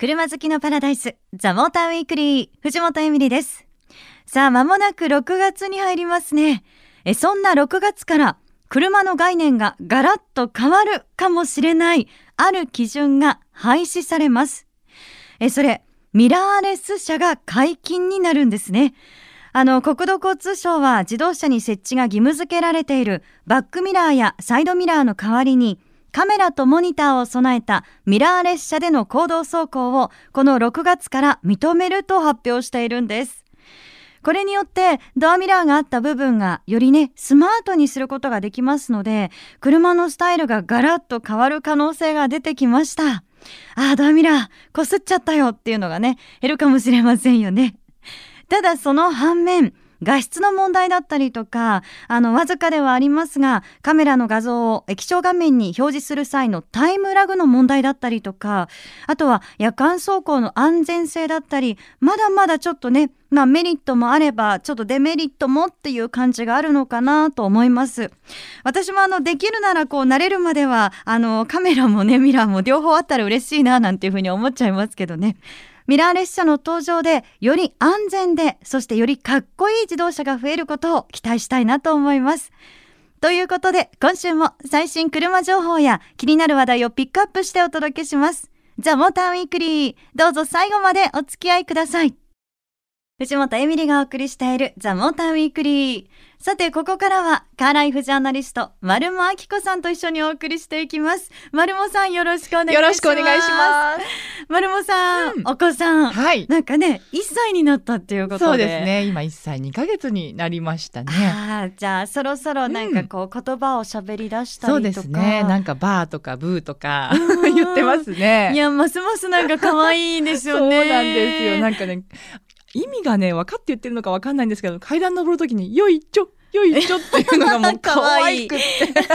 車好きのパラダイス、ザ・モーターウィークリー、藤本エミリです。さあ、間もなく6月に入りますね。そんな6月から車の概念がガラッと変わるかもしれないある基準が廃止されます。それミラーレス車が解禁になるんですね。国土交通省は自動車に設置が義務付けられているバックミラーやサイドミラーの代わりにカメラとモニターを備えたミラーレス車での公道走行をこの6月から認めると発表しているんです。これによってドアミラーがあった部分がよりスマートにすることができますので、車のスタイルがガラッと変わる可能性が出てきました。ドアミラーこすっちゃったよっていうのが減るかもしれませんよね。ただその反面、画質の問題だったりとか、わずかではありますが、カメラの画像を液晶画面に表示する際のタイムラグの問題だったりとか、あとは夜間走行の安全性だったり、まだまだちょっとメリットもあればちょっとデメリットもっていう感じがあるのかなと思います。私もできるなら慣れるまではカメラもミラーも両方あったら嬉しいななんていうふうに思っちゃいますけどね。ミラーレス車の登場でより安全で、そしてよりかっこいい自動車が増えることを期待したいなと思います。ということで今週も最新車情報や気になる話題をピックアップしてお届けします。ザ・モーターウィークリー、どうぞ最後までお付き合いください。藤本エミリがお送りしているザ・モーターウィークリー。さて、ここからはカーライフジャーナリスト丸茂明子さんと一緒にお送りしていきます。丸茂さん、よろしくお願いします。 よろしくお願いします。 丸茂さん、お子さん、 はい、 1歳になったっていうことで。 そうですね、今1歳2ヶ月になりましたね。 じゃあそろそろ言葉を喋り出したりとか。 そうですね、バーとかブーとか言ってますね。 いや、ますます可愛いですよね。 そうなんですよ。意味が分かって言ってるのか分かんないんですけど、階段登るときによいちょっていうのがもう可愛くって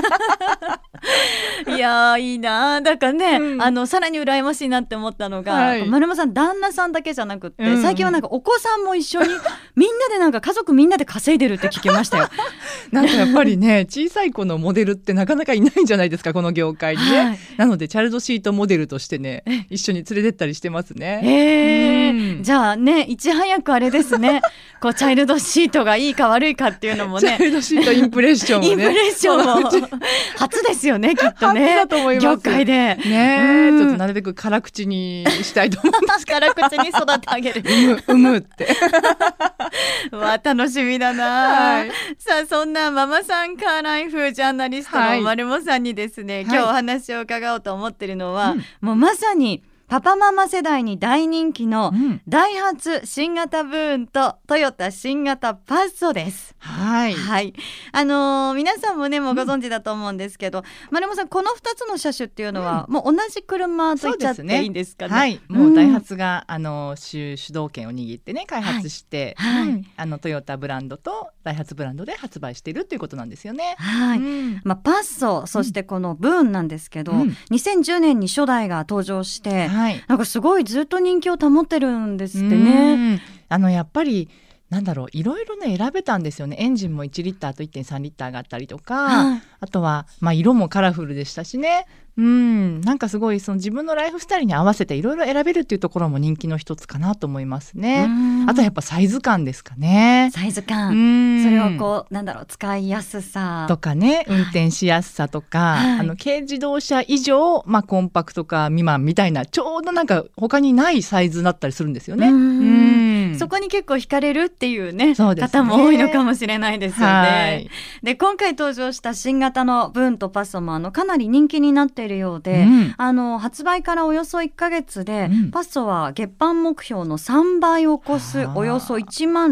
いやいいな。だからさらに羨ましいなって思ったのが、丸茂さん旦那さんだけじゃなくって、最近はお子さんも一緒にみんなで家族みんなで稼いでるって聞きましたよ。 やっぱりね、小さい子のモデルってなかなかいないんじゃないですか、この業界にね。なのでチャイルドシートモデルとしてね、一緒に連れてったりしてますね。 じゃあいち早くあれですねチャイルドシートがいいか悪いかっていうのもチャイルドシートインプレッションもねインプレッションも初ですよね、きっとね。 初だと思います。 業界でちょっとなるべく辛口にしたいと思います。 辛口に育ててあげるうむって楽しみだな、さあ、そんなママさんカーライフジャーナリストの丸茂さんにですね、今日お話を伺おうと思ってるのは、もうまさにパパママ世代に大人気のダイハツ新型ブーンとトヨタ新型パッソです。皆さんももうご存知だと思うんですけど、丸茂さん、この2つの車種っていうのは、もう同じ車と言っちゃっていいんですかね。 もうダイハツが主導権を握ってね、開発して、トヨタブランドとダイハツブランドで発売しているということなんですよね。 パッソ、そしてこのブーンなんですけど、2010年に初代が登場して、すごいずっと人気を保ってるんですってね。 やっぱりいろいろ選べたんですよね。エンジンも1リッターと 1.3 リッターがあったりとか、あとは色もカラフルでしたしね。すごい自分のライフスタイルに合わせていろいろ選べるっていうところも人気の一つかなと思いますね。あとやっぱサイズ感ですかね。 サイズ感、それを使いやすさとかね、運転しやすさとか、軽自動車以上、コンパクトカー未満みたいな、ちょうど他にないサイズだったりするんですよね。 そこに結構惹かれるっていうね、方も多いのかもしれないですよね。で、今回登場した新型のブーンとパッソもかなり人気になっているようで、発売からおよそ1ヶ月で、パッソは月販目標の3倍を超すおよそ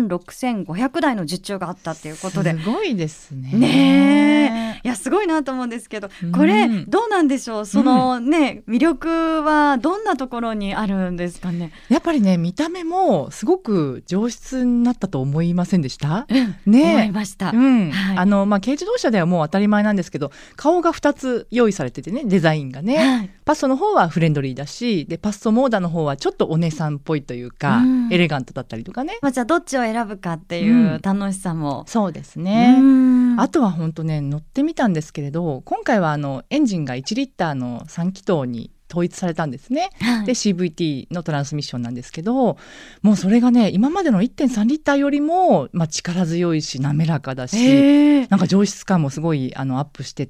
16,500台の受注があったっていうことで、 すごいですね。 いや、すごいなと思うんですけど、これどうなんでしょう、魅力はどんなところにあるんですかね。 やっぱりね、見た目もすごく上質になったと思いませんでした？ 思いました。 軽自動車ではもう当たり前なんですけど、顔が2つ用意されててね、デザインがね、パッソの方はフレンドリーだし、でパッソモーダの方はちょっとお姉さんっぽいというか、エレガントだったりとかね。 じゃあどっちを選ぶかっていう楽しさも、 そうですね。あとは本当ね、乗ってみたんですけれど、今回はエンジンが1リッターの3気筒に統一されたんですね、 はい、 で CVT のトランスミッションなんですけど、もうそれがね今までの 1.3 リッターよりも、力強いし滑らかだし、なんか上質感もすごいアップしてって、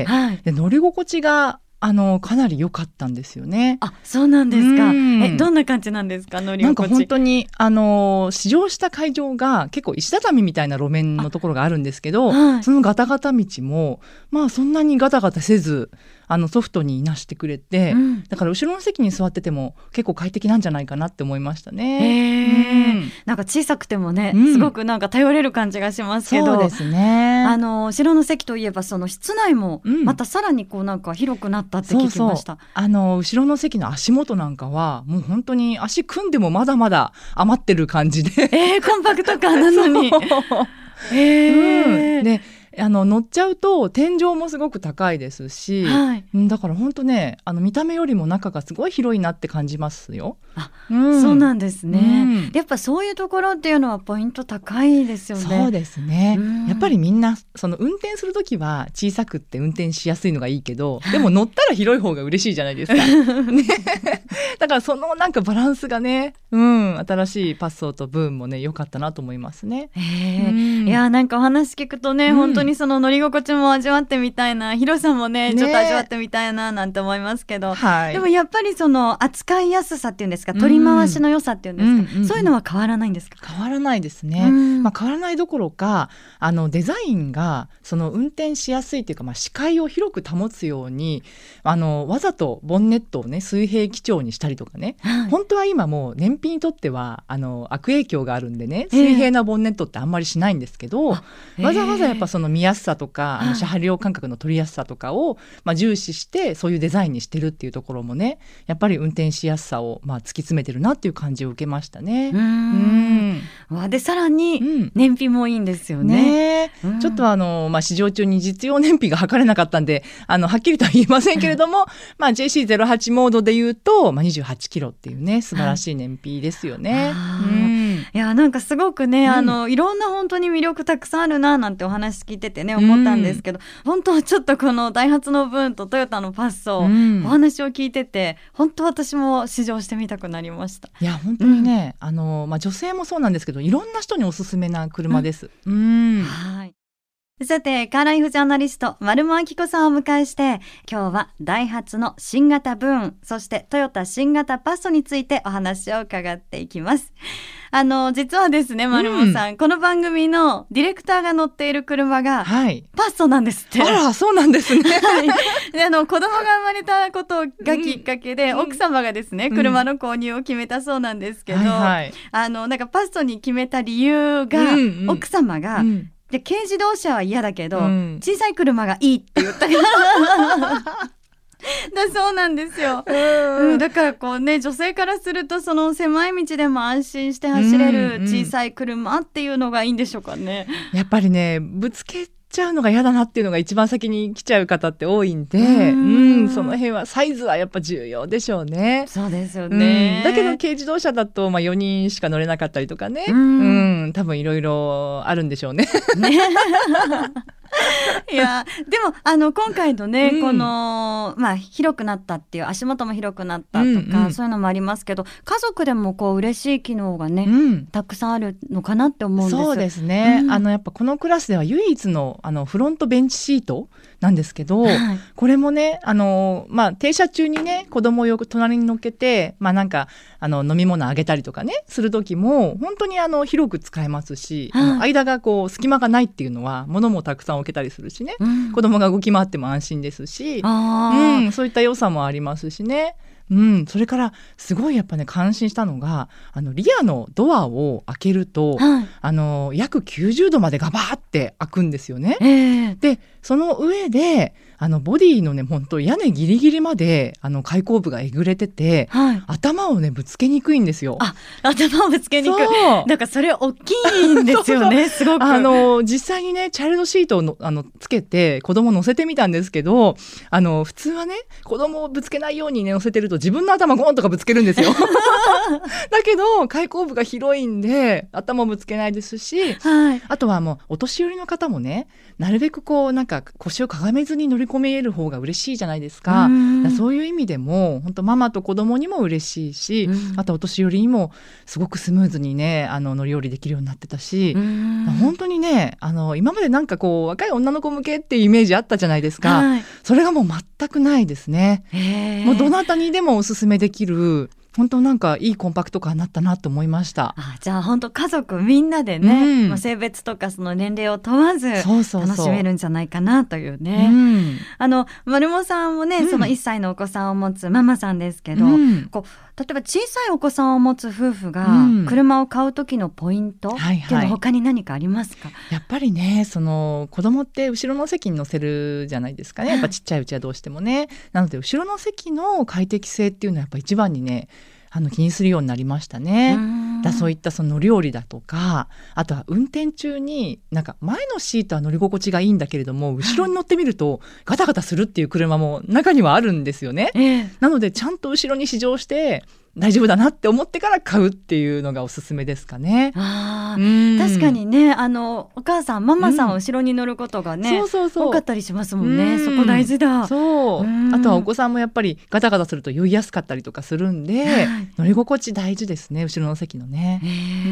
はい、 で乗り心地がかなり良かったんですよね。 あ、そうなんですか。どんな感じなんですか、乗り心地。 なんか本当に試乗した会場が結構石畳みたいな路面のところがあるんですけど、はい、そのガタガタ道もそんなにガタガタせずソフトにいなしてくれて、だから後ろの席に座ってても結構快適なんじゃないかなって思いましたね。 なんか小さくてもね、すごくなんか頼れる感じがしますけど、 そうですね。 後ろの席といえばその室内もまたさらにこうなんか広くなったって聞きました。 後ろの席の足元なんかはもう本当に足組んでもまだまだ余ってる感じで、 コンパクト感なのにで乗っちゃうと天井もすごく高いですし、はい、だから本当ね見た目よりも中がすごい広いなって感じますよ。 そうなんですね、やっぱそういうところっていうのはポイント高いですよね。 そうですね、やっぱりみんなその運転するときは小さくって運転しやすいのがいいけど、でも乗ったら広い方が嬉しいじゃないですか、ね、だからそのなんかバランスがね、新しいパッソーとブーンもね良かったなと思いますね。 いやなんかお話聞くとね、本当にその乗り心地も味わってみたいな、広さもねちょっと味わってみたいななんて思いますけど、でもやっぱりその扱いやすさっていうんですか、取り回しの良さっていうんですか、そういうのは変わらないんですか。 変わらないですね、変わらないどころかデザインがその運転しやすいというか、視界を広く保つようにわざとボンネットをね水平基調にしたりとかね、本当は今もう燃費にとっては悪影響があるんでね、水平なボンネットってあんまりしないんですけど、わざわざやっぱその見やすさとか車両感覚の取りやすさとかを、重視してそういうデザインにしてるっていうところもね、やっぱり運転しやすさを突き詰めてるなっていう感じを受けましたね。 でさらに燃費もいいんですよね。 ちょっと試乗中に実用燃費が測れなかったんではっきりとは言えませんけれども、JC08 モードでいうと、28キロっていうね素晴らしい燃費ですよね。 いやなんかすごくね、いろんな本当に魅力たくさんあるななんてお話聞いててね思ったんですけど、本当はちょっとこのダイハツのブーンとトヨタのパッソ、お話を聞いてて本当私も試乗してみたくなりました。 いや本当にね、女性もそうなんですけどいろんな人におすすめな車です。 はい。さてカーライフジャーナリスト丸間明子さんをお迎えして、今日はダイハツの新型ブーン、そしてトヨタ新型パッソについてお話を伺っていきます。実はですね丸間さん、この番組のディレクターが乗っている車がパッソなんですって。 あらそうなんですね。 で子供が生まれたことがきっかけで、奥様がですね車の購入を決めたそうなんですけど、なんかパッソに決めた理由が、奥様が、で軽自動車は嫌だけど、小さい車がいいって言ったからだそうなんですよ。だからこうね、女性からするとその狭い道でも安心して走れる小さい車っていうのがいいんでしょうかね。 やっぱりねぶつけちゃうのが嫌だなっていうのが一番先に来ちゃう方って多いんで、その辺はサイズはやっぱ重要でしょうね。 そうですよね。 だけど軽自動車だと4人しか乗れなかったりとかね、多分いろいろあるんでしょうね。 いやでも今回のね、この広くなったっていう、足元も広くなったとか、そういうのもありますけど、家族でもこう嬉しい機能がね、たくさんあるのかなって思うんです。 そうですね、やっぱこのクラスでは唯一のフロントベンチシートなんですけど、これもね停車中にね子供をよく隣に乗っけて、なんか飲み物あげたりとかねする時も本当に広く使えますし、間がこう隙間がないっていうのは物もたくさん置けたりするしね、子供が動き回っても安心ですし、そういった良さもありますしね。それからすごいやっぱね感心したのがリアのドアを開けると、約90度までガバーって開くんですよね。でその上でボディのね本当屋根ギリギリまで開口部がえぐれてて、頭をねぶつけにくいんですよ。 頭をぶつけにくい。なんかそれ大きいんですよね。すごく実際にねチャイルドシートをつけて子供乗せてみたんですけど、普通はね子供をぶつけないようにね乗せてると自分の頭ゴンとかぶつけるんですよ。だけど開口部が広いんで頭ぶつけないですし、あとはもうお年寄りの方もねなるべくこうなんか腰をかがめずに乗り込める方が嬉しいじゃないですか。だからそういう意味でも本当ママと子供にも嬉しいし、あとお年寄りにもすごくスムーズにね乗り降りできるようになってたし、本当にね今までなんかこう若い女の子向けっていうイメージあったじゃないですか、はい、それがもう全くないですね。もうどなたにでもおすすめできる本当なんかいいコンパクトカーになったなと思いました。 じゃあ本当家族みんなでね、性別とかその年齢を問わず楽しめるんじゃないかなというね。丸茂さんもね、その1歳のお子さんを持つママさんですけど、こう例えば小さいお子さんを持つ夫婦が車を買う時のポイントっていうのは他に何かありますか？ やっぱりねその子供って後ろの席に乗せるじゃないですかね。やっぱちっちゃいうちはどうしてもね。なので後ろの席の快適性っていうのはやっぱ一番にね気にするようになりましたね。そういったその乗り降りだとか、あとは運転中になんか前のシートは乗り心地がいいんだけれども後ろに乗ってみるとガタガタするっていう車も中にはあるんですよね。なのでちゃんと後ろに試乗して大丈夫だなって思ってから買うっていうのがおすすめですかね。 確かにねお母さんママさんは後ろに乗ることがね、多かったりしますもんね。そこ大事だ。あとはお子さんもやっぱりガタガタすると酔いやすかったりとかするんで、乗り心地大事ですね後ろの席のね。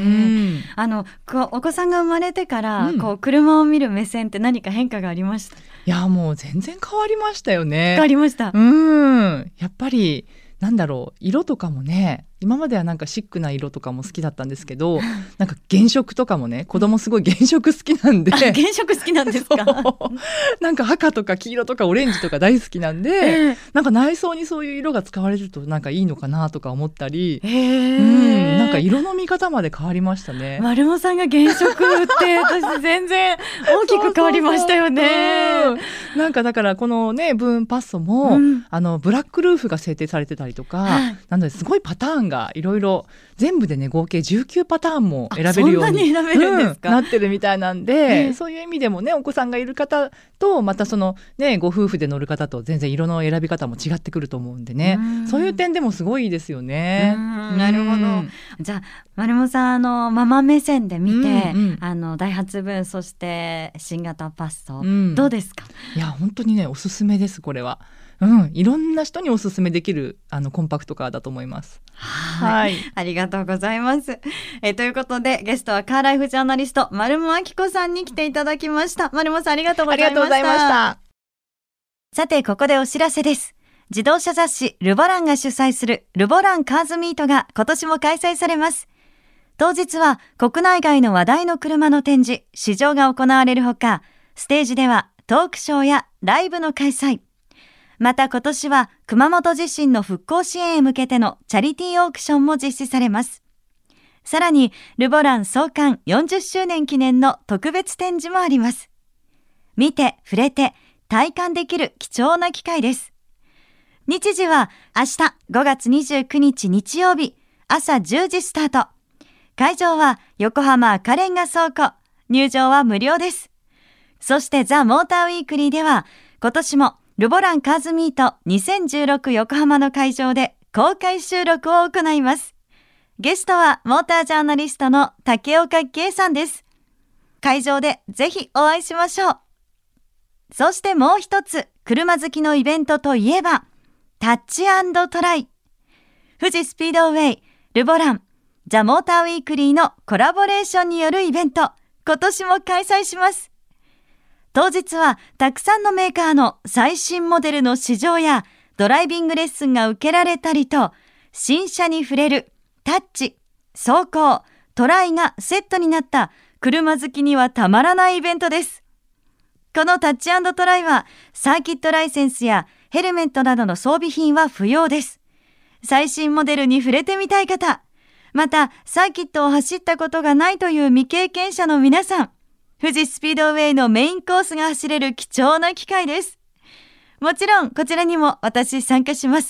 お子さんが生まれてから、こう車を見る目線って何か変化がありました？ いやもう全然変わりましたよね。 変わりました。 やっぱりなんだろう色とかもね今まではなんかシックな色とかも好きだったんですけどなんか原色とかもね子供すごい原色好きなんで原色好きなんですか？ なんか赤とか黄色とかオレンジとか大好きなんで、なんか内装にそういう色が使われるとなんかいいのかなとか思ったり、なんか色の見方まで変わりましたね。 丸茂さんが原色って私全然大きく変わりましたよね。 なんかだからこのねブーンパッソも、ブラックルーフが制定されてたりとか、なのですごいパターンがいろいろ全部でね合計19パターンも選べるように選べるんですか？ なってるみたいなんで、そういう意味でもねお子さんがいる方とまたそのねご夫婦で乗る方と全然色の選び方も違ってくると思うんでね、そういう点でもすごいですよね。 なるほど。じゃあ丸茂さんママ目線で見て、ダイハツブーンそして新型パッソ、どうですか？ いや本当にねおすすめですこれは。いろんな人におすすめできるコンパクトカーだと思います。 はい、ありがとうございます。ということでゲストはカーライフジャーナリスト丸茂明子さんに来ていただきました。丸茂さんありがとうございました。ありがとうございました。さてここでお知らせです。自動車雑誌ルボランが主催するルボランカーズミートが今年も開催されます。当日は国内外の話題の車の展示、試乗が行われるほか、ステージではトークショーやライブの開催。また今年は熊本地震の復興支援へ向けてのチャリティーオークションも実施されます。さらにルボラン創刊40周年記念の特別展示もあります。見て触れて体感できる貴重な機会です。日時は明日5月29日日曜日朝10時スタート。会場は横浜赤レンガ倉庫。入場は無料です。そしてザ・モーターウィークリーでは今年もルボランカーズミート2016横浜の会場で公開収録を行います。ゲストはモータージャーナリストの竹岡圭さんです。会場でぜひお会いしましょう。そしてもう一つ、車好きのイベントといえば、タッチ&トライ。富士スピードウェイ、ルボラン、ザ・モーターウィークリーのコラボレーションによるイベント、今年も開催します。当日はたくさんのメーカーの最新モデルの試乗やドライビングレッスンが受けられたりと、新車に触れるタッチ、走行、トライがセットになった車好きにはたまらないイベントです。このタッチ&トライはサーキットライセンスやヘルメットなどの装備品は不要です。最新モデルに触れてみたい方、またサーキットを走ったことがないという未経験者の皆さん、富士スピードウェイのメインコースが走れる貴重な機会です。もちろんこちらにも私参加します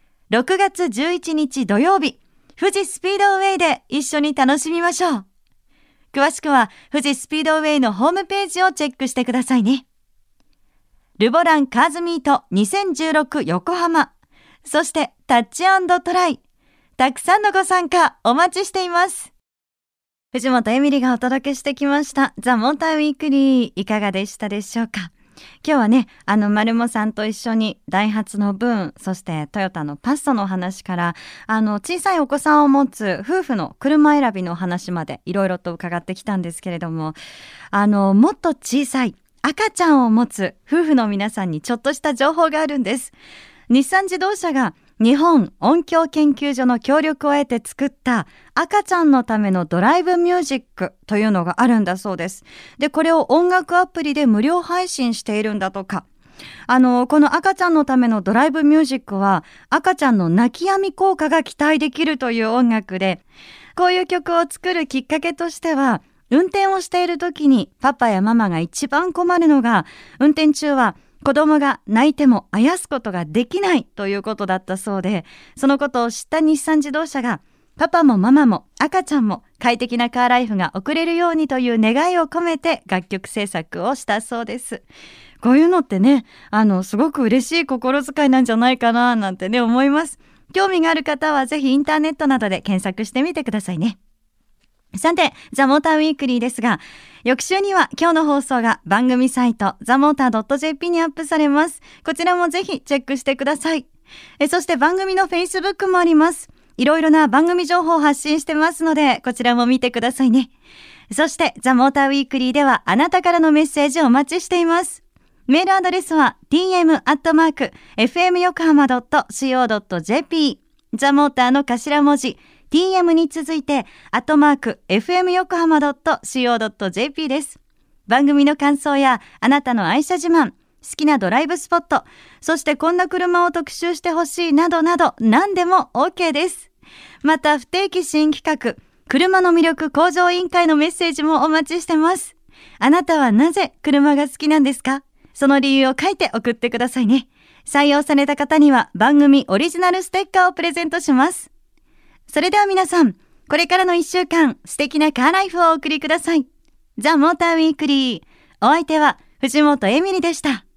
。6月11日土曜日、富士スピードウェイで一緒に楽しみましょう。詳しくは富士スピードウェイのホームページをチェックしてくださいね。ルボランカーズミート2016横浜、そしてタッチ&トライ、たくさんのご参加お待ちしています。藤本エミリがお届けしてきましたザ・モーターウィークリー、いかがでしたでしょうか。 今日はね、マルモさんと一緒にダイハツのブーン、そしてトヨタのパッソの話から、小さいお子さんを持つ夫婦の車選びの話までいろいろと伺ってきたんですけれども、もっと小さい赤ちゃんを持つ夫婦の皆さんにちょっとした情報があるんです。日産自動車が日本音響研究所の協力を得て作った赤ちゃんのためのドライブミュージックというのがあるんだそうです。で、これを音楽アプリで無料配信しているんだとか。この赤ちゃんのためのドライブミュージックは赤ちゃんの泣き止み効果が期待できるという音楽で、こういう曲を作るきっかけとしては、運転をしている時にパパやママが一番困るのが、運転中は子供が泣いてもあやすことができないということだったそうで、そのことを知った日産自動車がパパもママも赤ちゃんも快適なカーライフが送れるようにという願いを込めて楽曲制作をしたそうです。こういうのってね、すごく嬉しい心遣いなんじゃないかななんてね思います。興味がある方はぜひインターネットなどで検索してみてくださいね。さて、ザ・モーターウィークリーですが、翌週には今日の放送が番組サイトザ・モーター .jp にアップされます。こちらもぜひチェックしてください。そして番組の Facebook もあります。いろいろな番組情報を発信してますので、こちらも見てくださいね。そしてザ・モーターウィークリーではあなたからのメッセージをお待ちしています。メールアドレスは tm@fmyokohama.co.jp ザ・モーターの頭文字TM に続いて@fmyokohama.co.jp です。番組の感想やあなたの愛車自慢、好きなドライブスポット、そしてこんな車を特集してほしいなどなど何でも OK です。また不定期新企画車の魅力向上委員会のメッセージもお待ちしてます。あなたはなぜ車が好きなんですか？その理由を書いて送ってくださいね。採用された方には番組オリジナルステッカーをプレゼントします。それでは皆さん、これからの1週間、素敵なカーライフをお送りください。ザ・モーターウィークリー。お相手は藤本エミリでした。